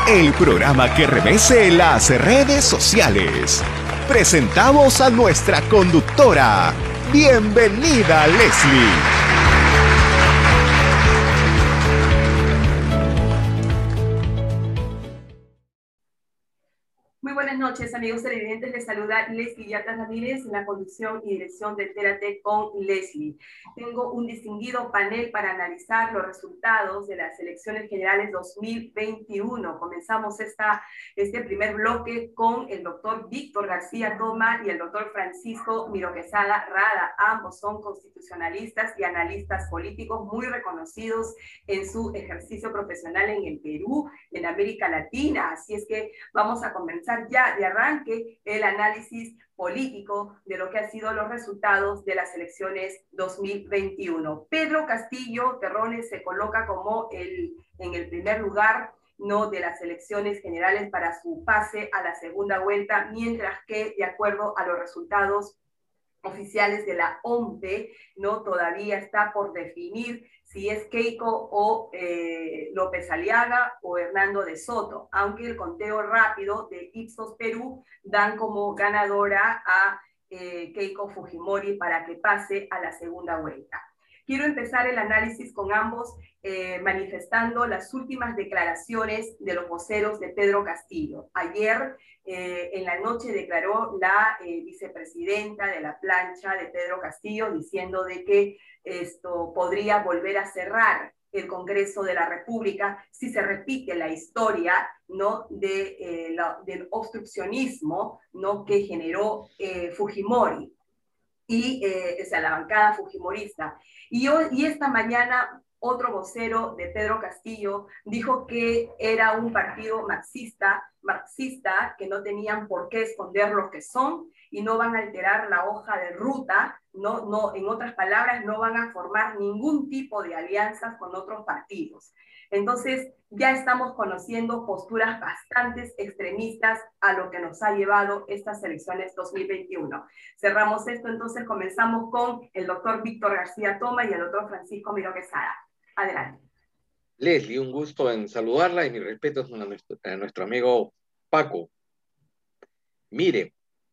el programa que revese las redes sociales. Presentamos a nuestra conductora. Bienvenida, Leslie. Muy buenas noches, amigos televidentes. Les saluda Leslie Yatas Ramírez en la conducción y dirección de Entérate con Leslie. Tengo un distinguido panel para analizar los resultados de las elecciones generales 2021. Comenzamos este primer bloque con el doctor Víctor García Toma y el doctor Francisco Miro Quesada Rada. Ambos son constitucionalistas y analistas políticos muy reconocidos en su ejercicio profesional en el Perú, en América Latina. Así es que vamos a comenzar ya de arranque el análisis político de lo que han sido los resultados de las elecciones 2021. Pedro Castillo Terrones se coloca como en el primer lugar, ¿no?, de las elecciones generales para su pase a la segunda vuelta, mientras que, de acuerdo a los resultados oficiales de la OMPE, ¿no?, todavía está por definir si es Keiko o López Aliaga o Hernando de Soto, aunque el conteo rápido de Ipsos Perú dan como ganadora a Keiko Fujimori para que pase a la segunda vuelta. Quiero empezar el análisis con ambos manifestando las últimas declaraciones de los voceros de Pedro Castillo. Ayer en la noche declaró la vicepresidenta de la plancha de Pedro Castillo diciendo de que esto podría volver a cerrar el Congreso de la República si se repite la historia, ¿no?, del obstruccionismo, ¿no?, que generó Fujimori y o sea, la bancada fujimorista. Y esta mañana otro vocero de Pedro Castillo dijo que era un partido marxista, que no tenían por qué esconder lo que son y no van a alterar la hoja de ruta, no, en otras palabras, no van a formar ningún tipo de alianzas con otros partidos. Entonces, ya estamos conociendo posturas bastante extremistas a lo que nos ha llevado estas elecciones 2021. Cerramos esto, entonces comenzamos con el doctor Víctor García Toma y el doctor Francisco Miro Quesada. Adelante. Leslie, un gusto en saludarla y mis respetos a nuestro amigo Paco. Mire,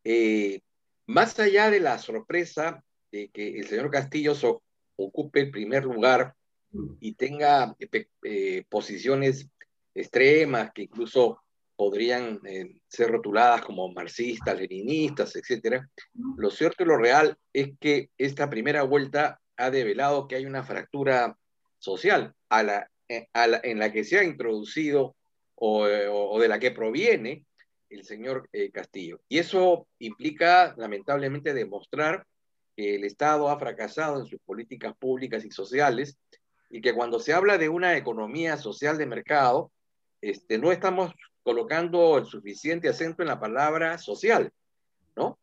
más allá de la sorpresa de que el señor Castillo ocupe el primer lugar y tenga posiciones extremas que incluso podrían ser rotuladas como marxistas, leninistas, etc. Lo cierto y lo real es que esta primera vuelta ha develado que hay una fractura social en la que se ha introducido o de la que proviene el señor Castillo. Y eso implica, lamentablemente, demostrar que el Estado ha fracasado en sus políticas públicas y sociales y que cuando se habla de una economía social de mercado, no estamos colocando el suficiente acento en la palabra social, ¿no?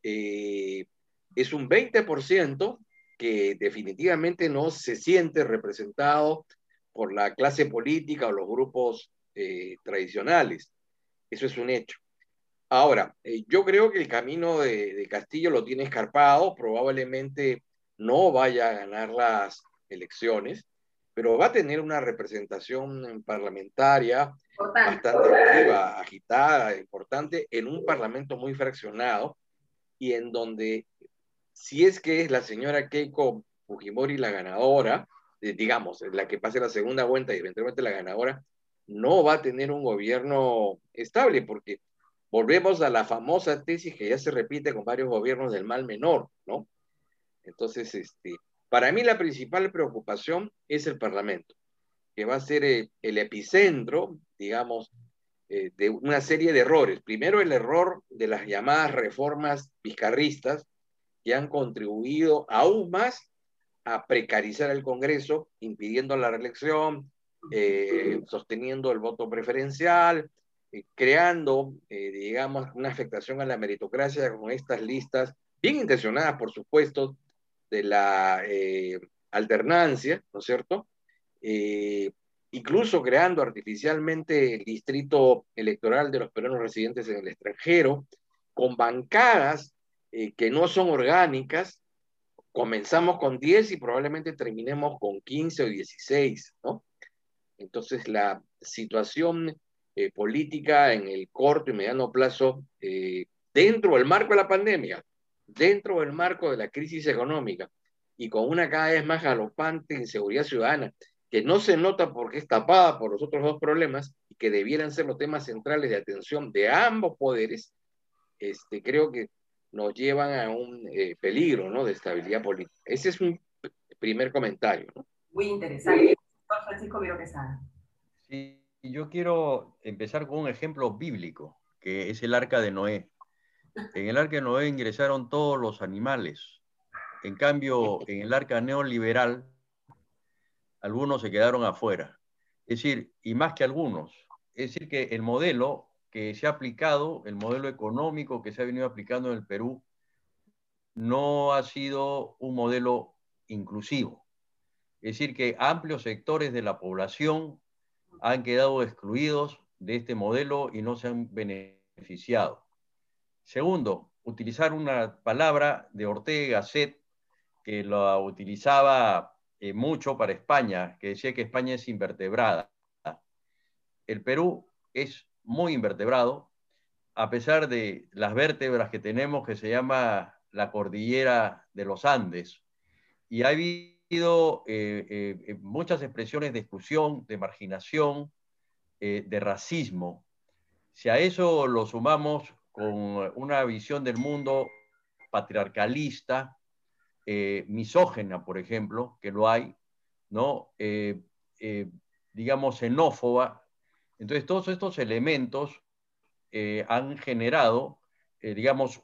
Es un 20% que definitivamente no se siente representado por la clase política o los grupos tradicionales. Eso es un hecho. Ahora, yo creo que el camino de Castillo lo tiene escarpado, probablemente no vaya a ganar las elecciones, pero va a tener una representación parlamentaria bastante activa, agitada, importante, en un parlamento muy fraccionado y en donde, si es que es la señora Keiko Fujimori la ganadora, digamos, la que pase la segunda vuelta y eventualmente la ganadora, no va a tener un gobierno estable, porque volvemos a la famosa tesis que ya se repite con varios gobiernos del mal menor, ¿no? Entonces, para mí la principal preocupación es el Parlamento, que va a ser el epicentro, digamos, de una serie de errores. Primero, el error de las llamadas reformas pizarristas, que han contribuido aún más a precarizar el Congreso, impidiendo la reelección, sosteniendo el voto preferencial, creando, digamos, una afectación a la meritocracia con estas listas, bien intencionadas, por supuesto, de la alternancia, ¿no es cierto? Incluso creando artificialmente el distrito electoral de los peruanos residentes en el extranjero, con bancadas que no son orgánicas. Comenzamos con 10 y probablemente terminemos con 15 o 16, ¿no? Entonces la situación política en el corto y mediano plazo, dentro del marco de la pandemia, dentro del marco de la crisis económica y con una cada vez más galopante inseguridad ciudadana, que no se nota porque es tapada por los otros dos problemas y que debieran ser los temas centrales de atención de ambos poderes, creo que nos llevan a un peligro, ¿no?, de estabilidad política. Ese es un primer comentario, ¿no? Muy interesante. Doctor Francisco Viro Quesada. Sí, yo quiero empezar con un ejemplo bíblico, que es el arca de Noé. En el arca de Noé ingresaron todos los animales. En cambio, en el arca neoliberal, algunos se quedaron afuera. Es decir, y más que algunos. Es decir, que el modelo que se ha aplicado, el modelo económico que se ha venido aplicando en el Perú, no ha sido un modelo inclusivo. Es decir, que amplios sectores de la población han quedado excluidos de este modelo y no se han beneficiado. Segundo, utilizar una palabra de Ortega y Gasset, que la utilizaba mucho para España, que decía que España es invertebrada. El Perú es muy invertebrado, a pesar de las vértebras que tenemos, que se llama la cordillera de los Andes. Y ha habido muchas expresiones de exclusión, de marginación, de racismo. Si a eso lo sumamos con una visión del mundo patriarcalista, misógena, por ejemplo, que lo hay, ¿no? Digamos, xenófoba. Entonces, todos estos elementos han generado, digamos,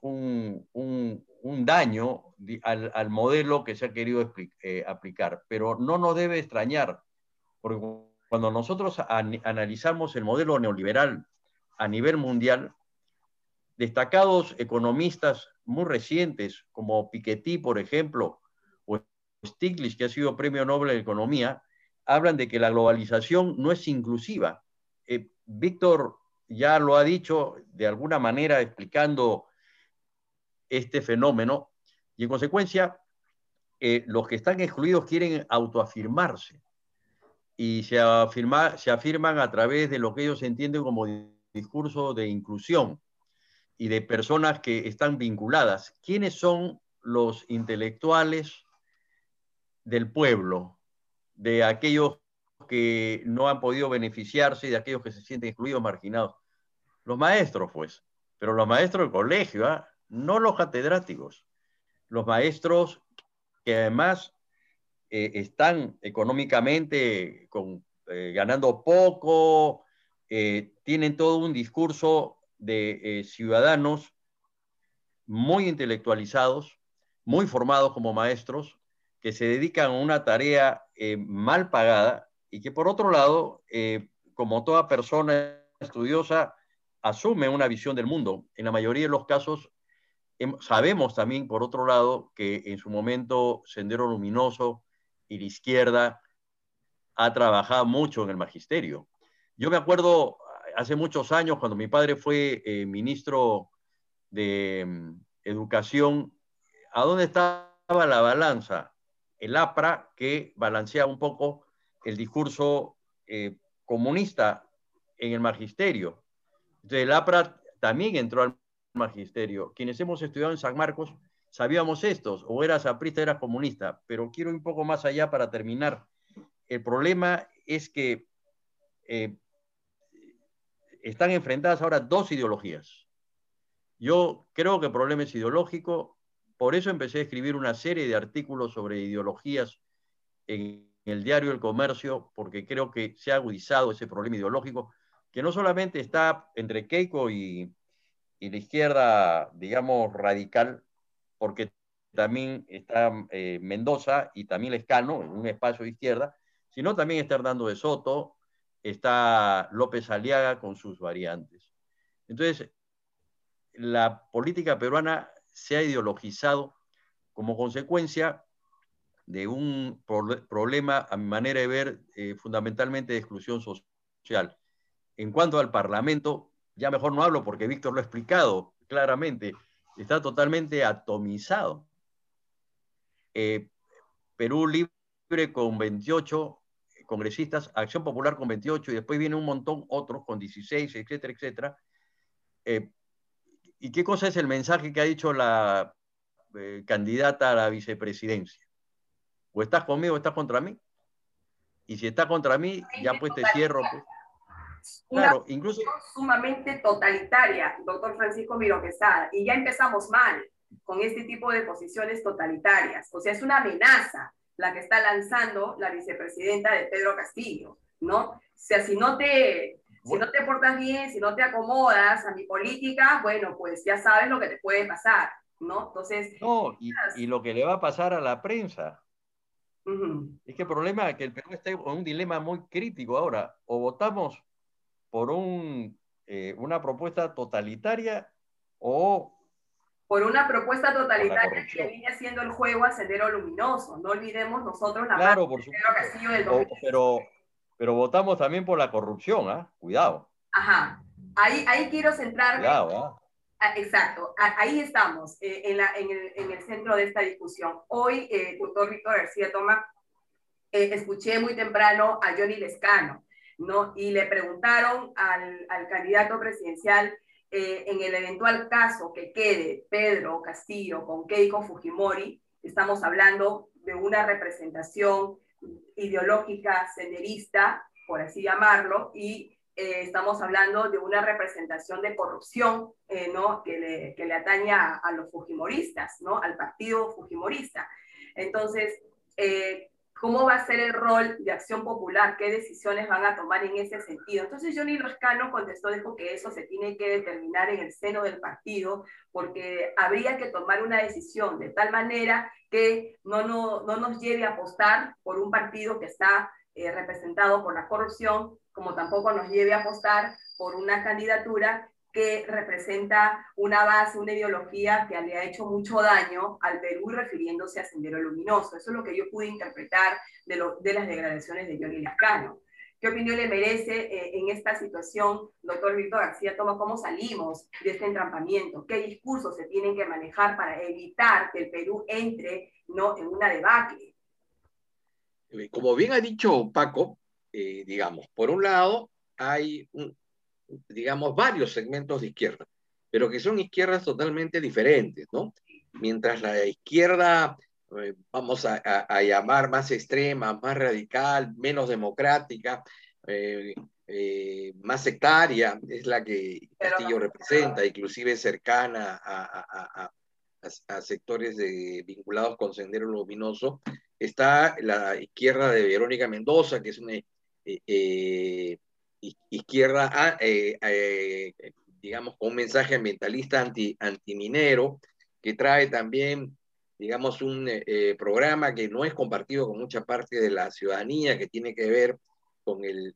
un daño al modelo que se ha querido aplicar. Pero no nos debe extrañar, porque cuando nosotros analizamos el modelo neoliberal a nivel mundial, destacados economistas muy recientes, como Piketty, por ejemplo, o Stiglitz, que ha sido Premio Nobel de Economía, hablan de que la globalización no es inclusiva. Víctor ya lo ha dicho de alguna manera explicando este fenómeno, y en consecuencia, los que están excluidos quieren autoafirmarse, y se afirman a través de lo que ellos entienden como discurso de inclusión y de personas que están vinculadas. ¿Quiénes son los intelectuales del pueblo? De aquellos que no han podido beneficiarse y de aquellos que se sienten excluidos, marginados. Los maestros, pues. Pero los maestros del colegio, ¿eh? No los catedráticos. Los maestros que además están económicamente ganando poco, tienen todo un discurso de ciudadanos muy intelectualizados, muy formados como maestros, que se dedican a una tarea mal pagada y que por otro lado, como toda persona estudiosa, asume una visión del mundo. En la mayoría de los casos, sabemos también, por otro lado, que en su momento Sendero Luminoso y la izquierda ha trabajado mucho en el magisterio. Yo me acuerdo hace muchos años, cuando mi padre fue ministro de Educación, ¿a dónde estaba la balanza? El APRA, que balancea un poco el discurso comunista en el magisterio. Entonces el APRA también entró al magisterio. Quienes hemos estudiado en San Marcos sabíamos estos, o eras aprista, eras comunista, pero quiero ir un poco más allá para terminar. El problema es que están enfrentadas ahora dos ideologías. Yo creo que el problema es ideológico, por eso empecé a escribir una serie de artículos sobre ideologías en el diario El Comercio, porque creo que se ha agudizado ese problema ideológico, que no solamente está entre Keiko y la izquierda, digamos, radical, porque también está Mendoza y también Lescano, en un espacio de izquierda, sino también está Hernando de Soto, está López Aliaga con sus variantes. Entonces, la política peruana se ha ideologizado como consecuencia de un problema, a mi manera de ver, fundamentalmente de exclusión social. En cuanto al Parlamento, ya mejor no hablo porque Víctor lo ha explicado claramente, está totalmente atomizado. Perú Libre con 28 congresistas, Acción Popular con 28, y después viene un montón otros con 16, etcétera, etcétera. ¿Y qué cosa es el mensaje que ha dicho la candidata a la vicepresidencia? O estás conmigo o estás contra mí. Y si estás contra mí, ya pues te cierro. Pues. Claro, incluso... sumamente totalitaria, doctor Francisco Miró Quesada, y ya empezamos mal con este tipo de posiciones totalitarias. O sea, es una amenaza la que está lanzando la vicepresidenta de Pedro Castillo, ¿no? O sea, si no te portas bien, si no te acomodas a mi política, bueno, pues ya sabes lo que te puede pasar, ¿no? Entonces... No, y lo que le va a pasar a la prensa. Es que el problema es que el Perú está en un dilema muy crítico ahora. O votamos por una propuesta totalitaria o... por una propuesta totalitaria que viene haciendo el juego a Sendero Luminoso. No olvidemos nosotros la claro, por supuesto. Pedro Castillo del 2015. Pero votamos también por la corrupción, ¿ah? Cuidado. Ajá. Ahí quiero centrarme. Cuidado, ¿ah? Exacto. Ahí estamos, en el centro de esta discusión. Hoy, doctor Víctor García Toma, escuché muy temprano a Johnny Lescano, ¿no? Y le preguntaron al candidato presidencial, en el eventual caso que quede Pedro Castillo con Keiko Fujimori, estamos hablando de una representación ideológica senderista, por así llamarlo, y estamos hablando de una representación de corrupción, ¿no? que le atañe a los fujimoristas, ¿no? Al partido fujimorista. Entonces, ¿cómo va a ser el rol de Acción Popular? ¿Qué decisiones van a tomar en ese sentido? Entonces Johnny Lescano contestó, dijo que eso se tiene que determinar en el seno del partido, porque habría que tomar una decisión de tal manera que no nos lleve a apostar por un partido que está representado por la corrupción, como tampoco nos lleve a apostar por una candidatura que representa una base, una ideología que le ha hecho mucho daño al Perú, refiriéndose a Sendero Luminoso. Eso es lo que yo pude interpretar de las declaraciones de Johnny Lescano. ¿Qué opinión le merece en esta situación, doctor Víctor García Toma? ¿Cómo salimos de este entrampamiento? ¿Qué discursos se tienen que manejar para evitar que el Perú entre, ¿no?, en una debacle? Como bien ha dicho Paco, digamos, por un lado hay digamos, varios segmentos de izquierda, pero que son izquierdas totalmente diferentes, ¿no? Mientras la izquierda, vamos a llamar más extrema, más radical, menos democrática, más sectaria, es la que Castillo representa, inclusive cercana a sectores vinculados con Sendero Luminoso, está la izquierda de Verónica Mendoza, que es una izquierda, digamos, con un mensaje ambientalista antiminero, que trae también, digamos, un programa que no es compartido con mucha parte de la ciudadanía, que tiene que ver con el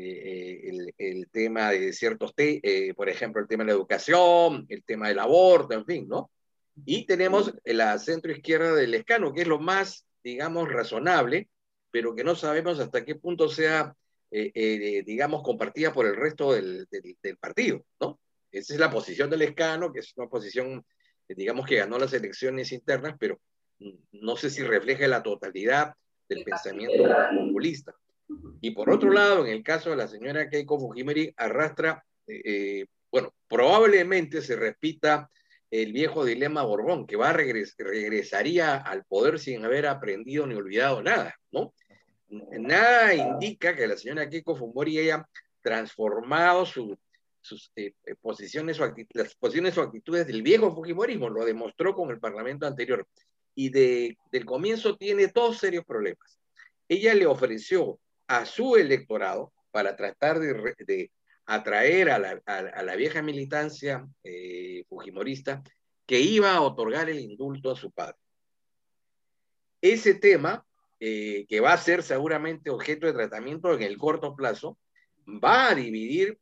tema de ciertos, por ejemplo, el tema de la educación, el tema del aborto, en fin, ¿no? Y tenemos la centroizquierda del Lescano, que es lo más, digamos, razonable, pero que no sabemos hasta qué punto sea digamos, compartida por el resto del partido, ¿no? Esa es la posición del Lescano, que es una posición, digamos, que ganó las elecciones internas, pero no sé si refleja la totalidad del pensamiento populista. Y por otro lado, en el caso de la señora Keiko Fujimori, arrastra, bueno, probablemente se repita el viejo dilema Borbón, que regresaría al poder sin haber aprendido ni olvidado nada, ¿no? Nada indica que la señora Keiko Fujimori haya transformado sus posiciones las posiciones o actitudes del viejo fujimorismo, lo demostró con el parlamento anterior, y del comienzo tiene dos serios problemas. Ella le ofreció a su electorado, para tratar de atraer a la vieja militancia fujimorista, que iba a otorgar el indulto a su padre. Ese tema, que va a ser seguramente objeto de tratamiento en el corto plazo, va a dividir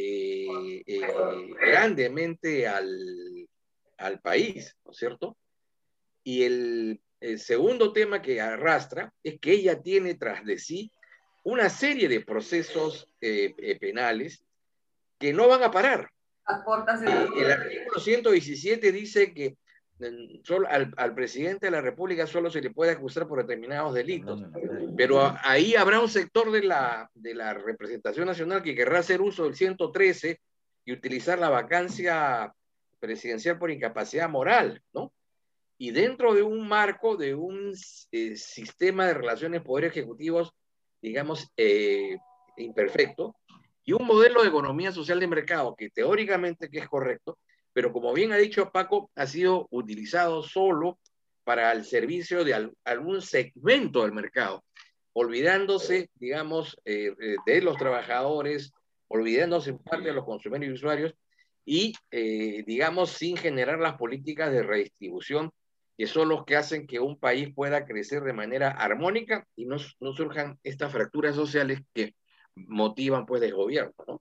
grandemente al país, ¿no es cierto? Y el segundo tema que arrastra es que ella tiene tras de sí una serie de procesos penales que no van a parar. El artículo 117 dice que solo al presidente de la República solo se le puede acusar por determinados delitos, pero ahí habrá un sector de la representación nacional que querrá hacer uso del 113 y utilizar la vacancia presidencial por incapacidad moral, ¿no? Y dentro de un marco de un sistema de relaciones poder ejecutivos, digamos, imperfecto, y un modelo de economía social de mercado que teóricamente que es correcto, pero como bien ha dicho Paco, ha sido utilizado solo para el servicio de algún segmento del mercado, olvidándose, digamos, de los trabajadores, olvidándose en parte de los consumidores y usuarios, y, digamos, sin generar las políticas de redistribución que son los que hacen que un país pueda crecer de manera armónica y no surjan estas fracturas sociales que motivan pues desgobierno, ¿no?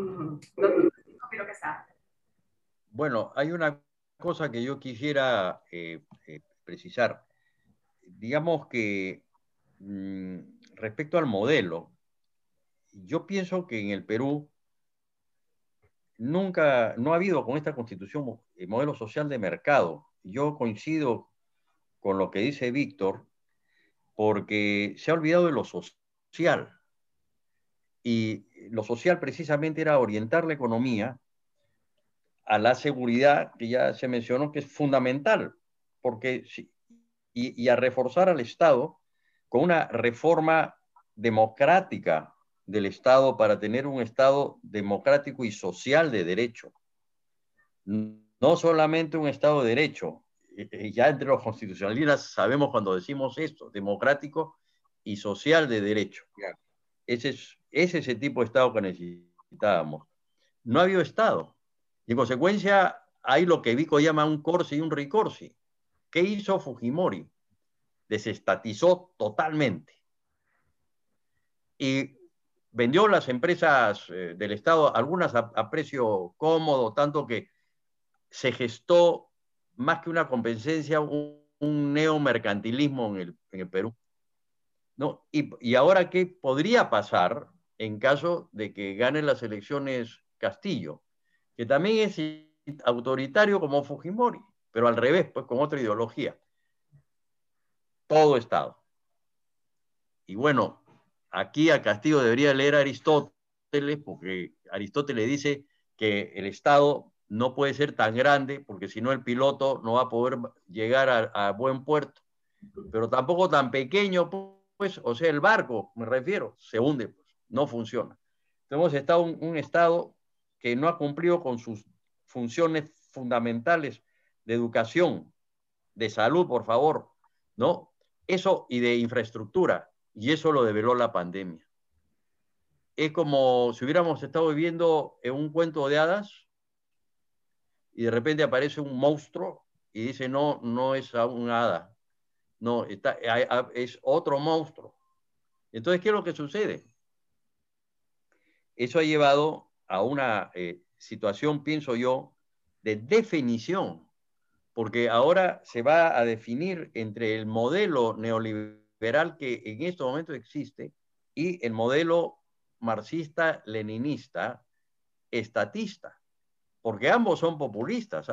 Bueno, hay una cosa que yo quisiera precisar. Digamos que respecto al modelo, yo pienso que en el Perú nunca, no ha habido con esta constitución modelo social de mercado. Yo coincido con lo que dice Víctor, porque se ha olvidado de lo social. Y lo social precisamente era orientar la economía a la seguridad, que ya se mencionó, que es fundamental, porque y a reforzar al Estado con una reforma democrática del Estado para tener un Estado democrático y social de derecho. No solamente un Estado de derecho. Ya entre los constitucionalistas sabemos cuando decimos esto, democrático y social de derecho. Ese es ese tipo de Estado que necesitábamos. No ha habido Estado. Y en consecuencia hay lo que Vico llama un corsi y un ricorsi. ¿Qué hizo Fujimori? Desestatizó totalmente. Y vendió las empresas del Estado, algunas a precio cómodo, tanto que se gestó más que una competencia, un neomercantilismo en el Perú. ¿No? Y ahora, ¿qué podría pasar en caso de que gane las elecciones Castillo? Que también es autoritario como Fujimori, pero al revés, pues con otra ideología. Todo Estado. Y bueno, aquí a Castillo debería leer a Aristóteles, porque Aristóteles dice que el Estado no puede ser tan grande, porque si no el piloto no va a poder llegar a buen puerto, pero tampoco tan pequeño, pues, o sea, el barco, me refiero, se hunde, pues, no funciona. Hemos estado un Estado que no ha cumplido con sus funciones fundamentales de educación, de salud, por favor, ¿no? Eso y de infraestructura, y eso lo develó la pandemia. Es como si hubiéramos estado viviendo en un cuento de hadas y de repente aparece un monstruo y dice, no, no es una hada, no, es otro monstruo. Entonces, ¿qué es lo que sucede? Eso ha llevado a una situación, pienso yo, de definición, porque ahora se va a definir entre el modelo neoliberal que en este momento existe y el modelo marxista, leninista, estatista, porque ambos son populistas.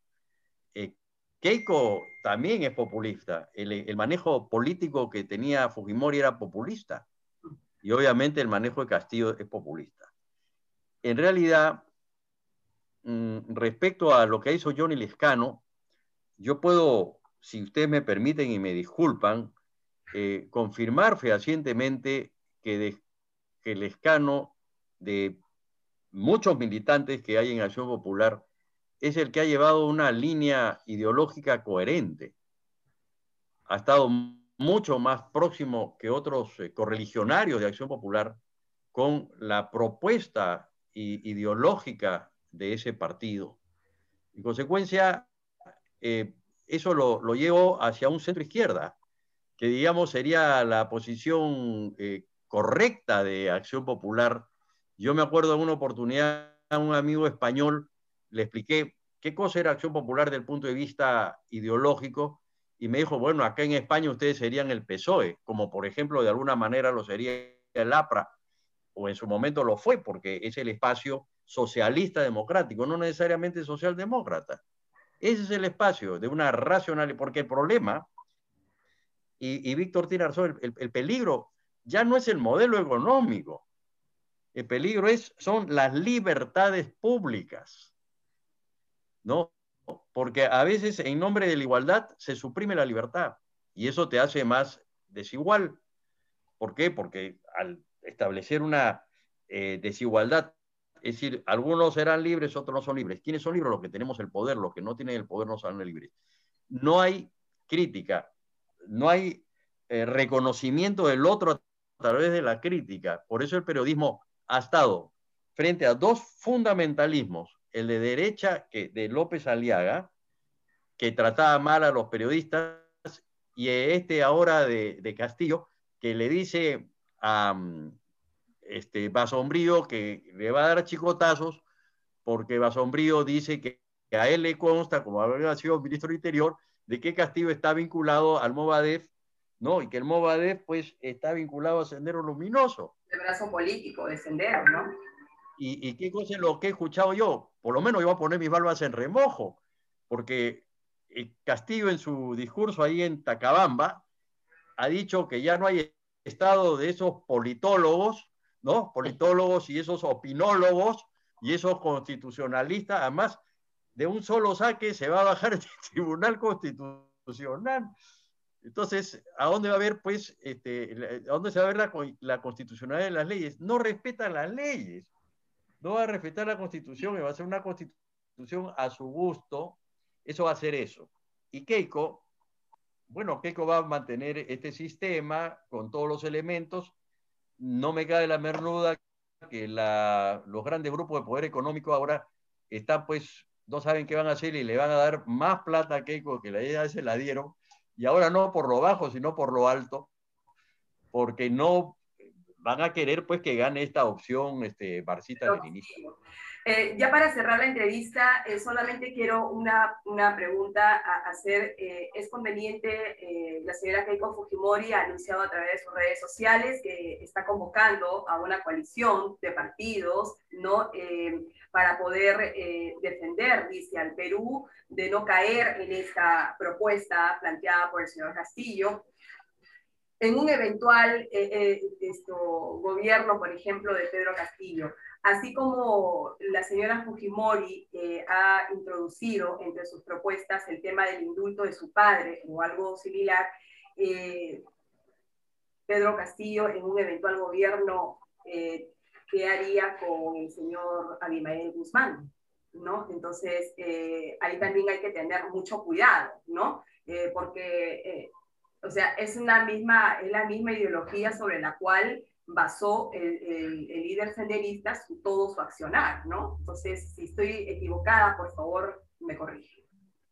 Keiko también es populista. El manejo político que tenía Fujimori era populista. Y obviamente el manejo de Castillo es populista. En realidad, respecto a lo que hizo Johnny Lescano, yo puedo, si ustedes me permiten y me disculpan, confirmar fehacientemente que Lescano, de muchos militantes que hay en Acción Popular, es el que ha llevado una línea ideológica coherente. Ha estado mucho más próximo que otros correligionarios de Acción Popular con la propuesta ideológica de ese partido. En consecuencia, eso lo llevó hacia un centro izquierda, que digamos sería la posición correcta de Acción Popular. Yo me acuerdo en una oportunidad a un amigo español, le expliqué qué cosa era Acción Popular desde el punto de vista ideológico, y me dijo, bueno, acá en España ustedes serían el PSOE, como por ejemplo de alguna manera lo sería el APRA, o en su momento lo fue, porque es el espacio socialista democrático, no necesariamente socialdemócrata. Ese es el espacio de una racionalidad, porque el problema, y Víctor tiene razón, el peligro ya no es el modelo económico, el peligro son las libertades públicas, ¿no? Porque a veces en nombre de la igualdad se suprime la libertad y eso te hace más desigual. ¿Por qué? Porque al establecer una desigualdad, es decir, algunos serán libres, otros no son libres. ¿Quiénes son libres? Los que tenemos el poder, los que no tienen el poder no son libres. No hay crítica, no hay reconocimiento del otro a través de la crítica. Por eso el periodismo ha estado frente a dos fundamentalismos, el de derecha de López Aliaga, que trataba mal a los periodistas, y este ahora de Castillo, que le dice a Basombrío que le va a dar chicotazos porque Basombrío dice que a él le consta, como había sido ministro del Interior, de que Castillo está vinculado al Movadef, ¿no? Y que el Movadef, pues, está vinculado a Sendero Luminoso. El brazo político de Sendero, ¿no? ¿Y qué cosa es lo que he escuchado yo? Por lo menos yo voy a poner mis barbas en remojo, porque Castillo en su discurso ahí en Tacabamba ha dicho que ya no hay estado de esos politólogos, ¿no? Politólogos y esos opinólogos y esos constitucionalistas, además de un solo saque se va a bajar el Tribunal Constitucional. Entonces, ¿a dónde va a haber, pues, a dónde se va a ver la constitucionalidad de las leyes? No respetan las leyes, no va a respetar la Constitución, y va a ser una Constitución a su gusto, eso va a ser eso. Y Keiko, bueno, Keiko va a mantener este sistema con todos los elementos. No me cabe la menor duda que los grandes grupos de poder económico ahora están, pues, no saben qué van a hacer y le van a dar más plata a Keiko que la se la dieron, y ahora no por lo bajo, sino por lo alto, porque no van a querer, pues, que gane esta opción marxista-leninista. Ya para cerrar la entrevista, solamente quiero una pregunta a hacer. ¿Es conveniente? La señora Keiko Fujimori ha anunciado a través de sus redes sociales que está convocando a una coalición de partidos, ¿no? Para poder defender, dice, al Perú de no caer en esta propuesta planteada por el señor Castillo. En un eventual gobierno, por ejemplo, de Pedro Castillo, así como la señora Fujimori ha introducido entre sus propuestas el tema del indulto de su padre o algo similar, Pedro Castillo en un eventual gobierno, ¿qué haría con el señor Abimael Guzmán? ¿No? Entonces, ahí también hay que tener mucho cuidado, ¿no? Porque, o sea, es la misma ideología sobre la cual basó el líder senderista todo su accionar, ¿no? Entonces, si estoy equivocada, por favor, me corrige.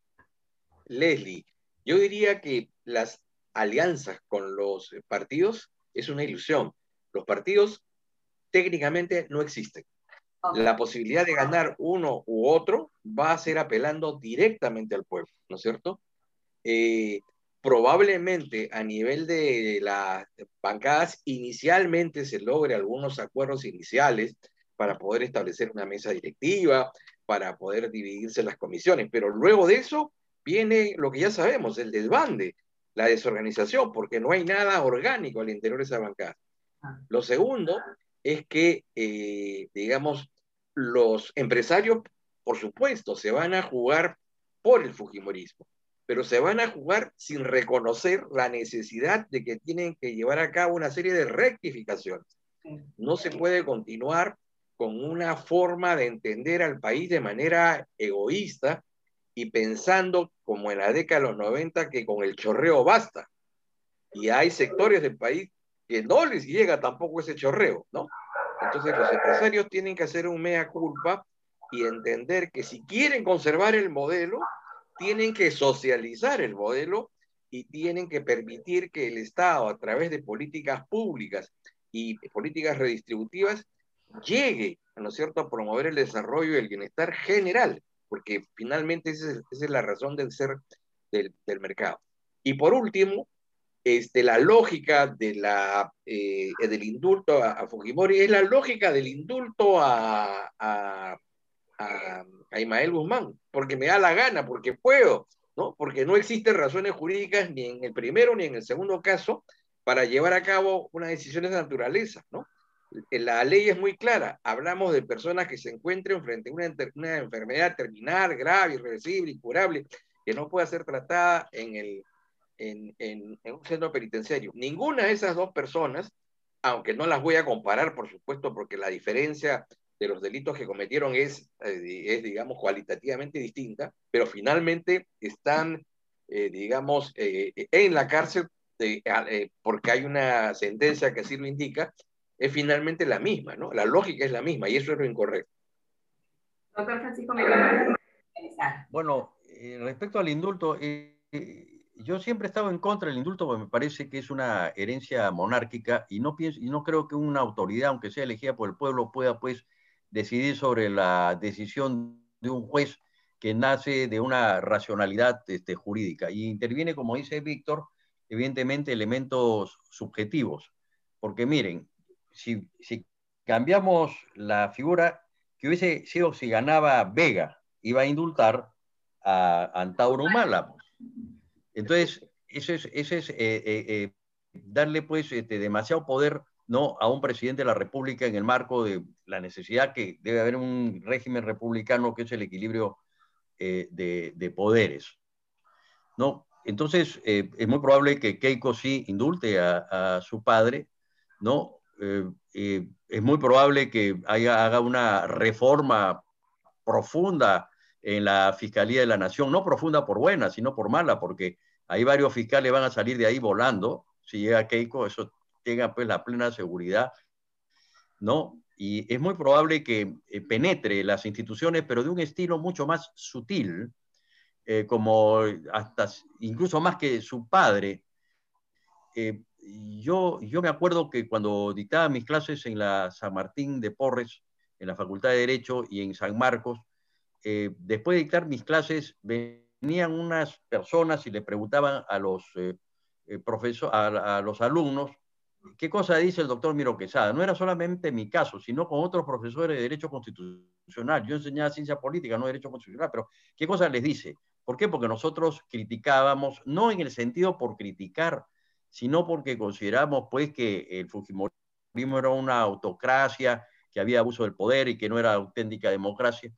Leslie, yo diría que las alianzas con los partidos es una ilusión. Los partidos técnicamente no existen. Okay. La posibilidad de ganar uno u otro va a ser apelando directamente al pueblo, ¿no es cierto? Probablemente a nivel de las bancadas inicialmente se logre algunos acuerdos iniciales para poder establecer una mesa directiva, para poder dividirse las comisiones, pero luego de eso viene lo que ya sabemos, el desbande, la desorganización, porque no hay nada orgánico al interior de esa bancada. Lo segundo es que, digamos, los empresarios, por supuesto, se van a jugar por el fujimorismo, pero se van a jugar sin reconocer la necesidad de que tienen que llevar a cabo una serie de rectificaciones. No se puede continuar con una forma de entender al país de manera egoísta y pensando, como en la década de los 90, que con el chorreo basta. Y hay sectores del país que no les llega tampoco ese chorreo, ¿no? Entonces los empresarios tienen que hacer un mea culpa y entender que si quieren conservar el modelo, tienen que socializar el modelo y tienen que permitir que el Estado, a través de políticas públicas y políticas redistributivas, llegue, ¿no es cierto?, a promover el desarrollo y el bienestar general, porque finalmente esa es la razón del ser del mercado. Y por último, la lógica del indulto a Fujimori es la lógica del indulto a a Ismael Guzmán, porque me da la gana, porque puedo, ¿no? Porque no existen razones jurídicas ni en el primero ni en el segundo caso para llevar a cabo una decisión de esa naturaleza, ¿no? La ley es muy clara, hablamos de personas que se encuentren frente a una enfermedad terminal, grave, irreversible, incurable, que no pueda ser tratada en un centro penitenciario. Ninguna de esas dos personas, aunque no las voy a comparar, por supuesto, porque la diferencia de los delitos que cometieron es digamos, cualitativamente distinta, pero finalmente están, digamos, en la cárcel porque hay una sentencia que así lo indica, es finalmente la misma, ¿no? La lógica es la misma y eso es lo incorrecto. Doctor Francisco Miguel. Bueno, respecto al indulto, yo siempre he estado en contra del indulto porque me parece que es una herencia monárquica y no creo que una autoridad, aunque sea elegida por el pueblo, pueda pues decidir sobre la decisión de un juez que nace de una racionalidad jurídica. Y interviene, como dice Víctor, evidentemente elementos subjetivos. Porque miren, si cambiamos la figura, que hubiese sido si ganaba Vega, iba a indultar a Antauro Humala. Pues. Entonces, eso es darle pues demasiado poder, ¿no?, a un presidente de la República en el marco de la necesidad que debe haber un régimen republicano que es el equilibrio de poderes, ¿no? Entonces, es muy probable que Keiko sí indulte a su padre, ¿no? Es muy probable que haga una reforma profunda en la Fiscalía de la Nación, no profunda por buena, sino por mala, porque hay varios fiscales van a salir de ahí volando, si llega Keiko, eso tenga pues la plena seguridad, ¿no? Y es muy probable que penetre las instituciones, pero de un estilo mucho más sutil, como hasta incluso más que su padre. Yo me acuerdo que cuando dictaba mis clases en la San Martín de Porres, en la Facultad de Derecho y en San Marcos, después de dictar mis clases, venían unas personas y le preguntaban a los a los alumnos qué cosa dice el doctor Miro Quesada. No era solamente mi caso, sino con otros profesores de Derecho Constitucional. Yo enseñaba Ciencia Política, no Derecho Constitucional, pero ¿qué cosa les dice? ¿Por qué? Porque nosotros criticábamos, no en el sentido por criticar, sino porque consideramos pues que el fujimorismo era una autocracia, que había abuso del poder y que no era auténtica democracia.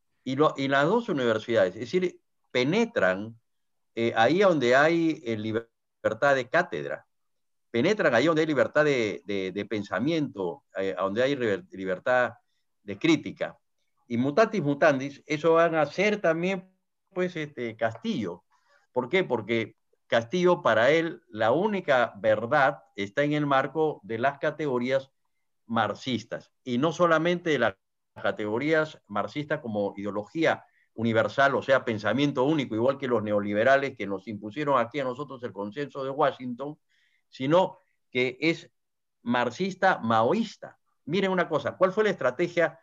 Y las dos universidades, es decir, penetran ahí donde hay libertad de cátedra, penetran ahí donde hay libertad de pensamiento, donde hay libertad de crítica. Y mutatis mutandis, eso van a ser también, pues, Castillo. ¿Por qué? Porque Castillo, para él, la única verdad está en el marco de las categorías marxistas, y no solamente de las categorías marxistas como ideología universal, o sea, pensamiento único, igual que los neoliberales que nos impusieron aquí a nosotros el consenso de Washington, sino que es marxista maoísta. Miren una cosa, ¿cuál fue la estrategia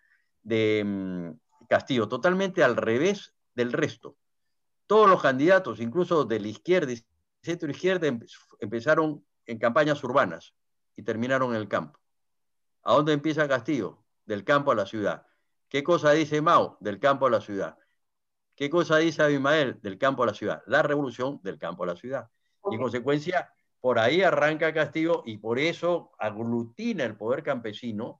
de Castillo? Totalmente al revés del resto. Todos los candidatos, incluso de la izquierda y centro izquierda, empezaron en campañas urbanas y terminaron en el campo. ¿A dónde empieza Castillo? Del campo a la ciudad. ¿Qué cosa dice Mao? Del campo a la ciudad. ¿Qué cosa dice Abimael? Del campo a la ciudad. La revolución del campo a la ciudad. Y en consecuencia, por ahí arranca Castillo y por eso aglutina el poder campesino.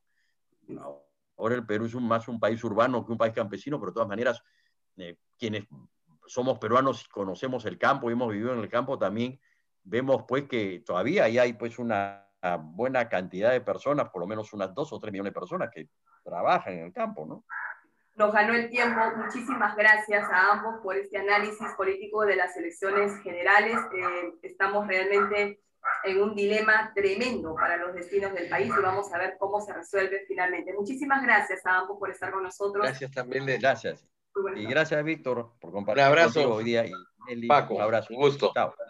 Ahora el Perú es más un país urbano que un país campesino, pero de todas maneras, quienes somos peruanos y conocemos el campo y hemos vivido en el campo también, vemos pues que todavía ahí hay pues una buena cantidad de personas, por lo menos unas 2 o 3 millones de personas que trabajan en el campo, ¿no? Nos ganó el tiempo. Muchísimas gracias a ambos por este análisis político de las elecciones generales. Estamos realmente en un dilema tremendo para los destinos del país y vamos a ver cómo se resuelve finalmente. Muchísimas gracias a ambos por estar con nosotros. Gracias también. Gracias. Y gracias, Víctor, por compartir un abrazo contigo hoy día. Y Nelly, Paco, un abrazo. Un gusto. Chao.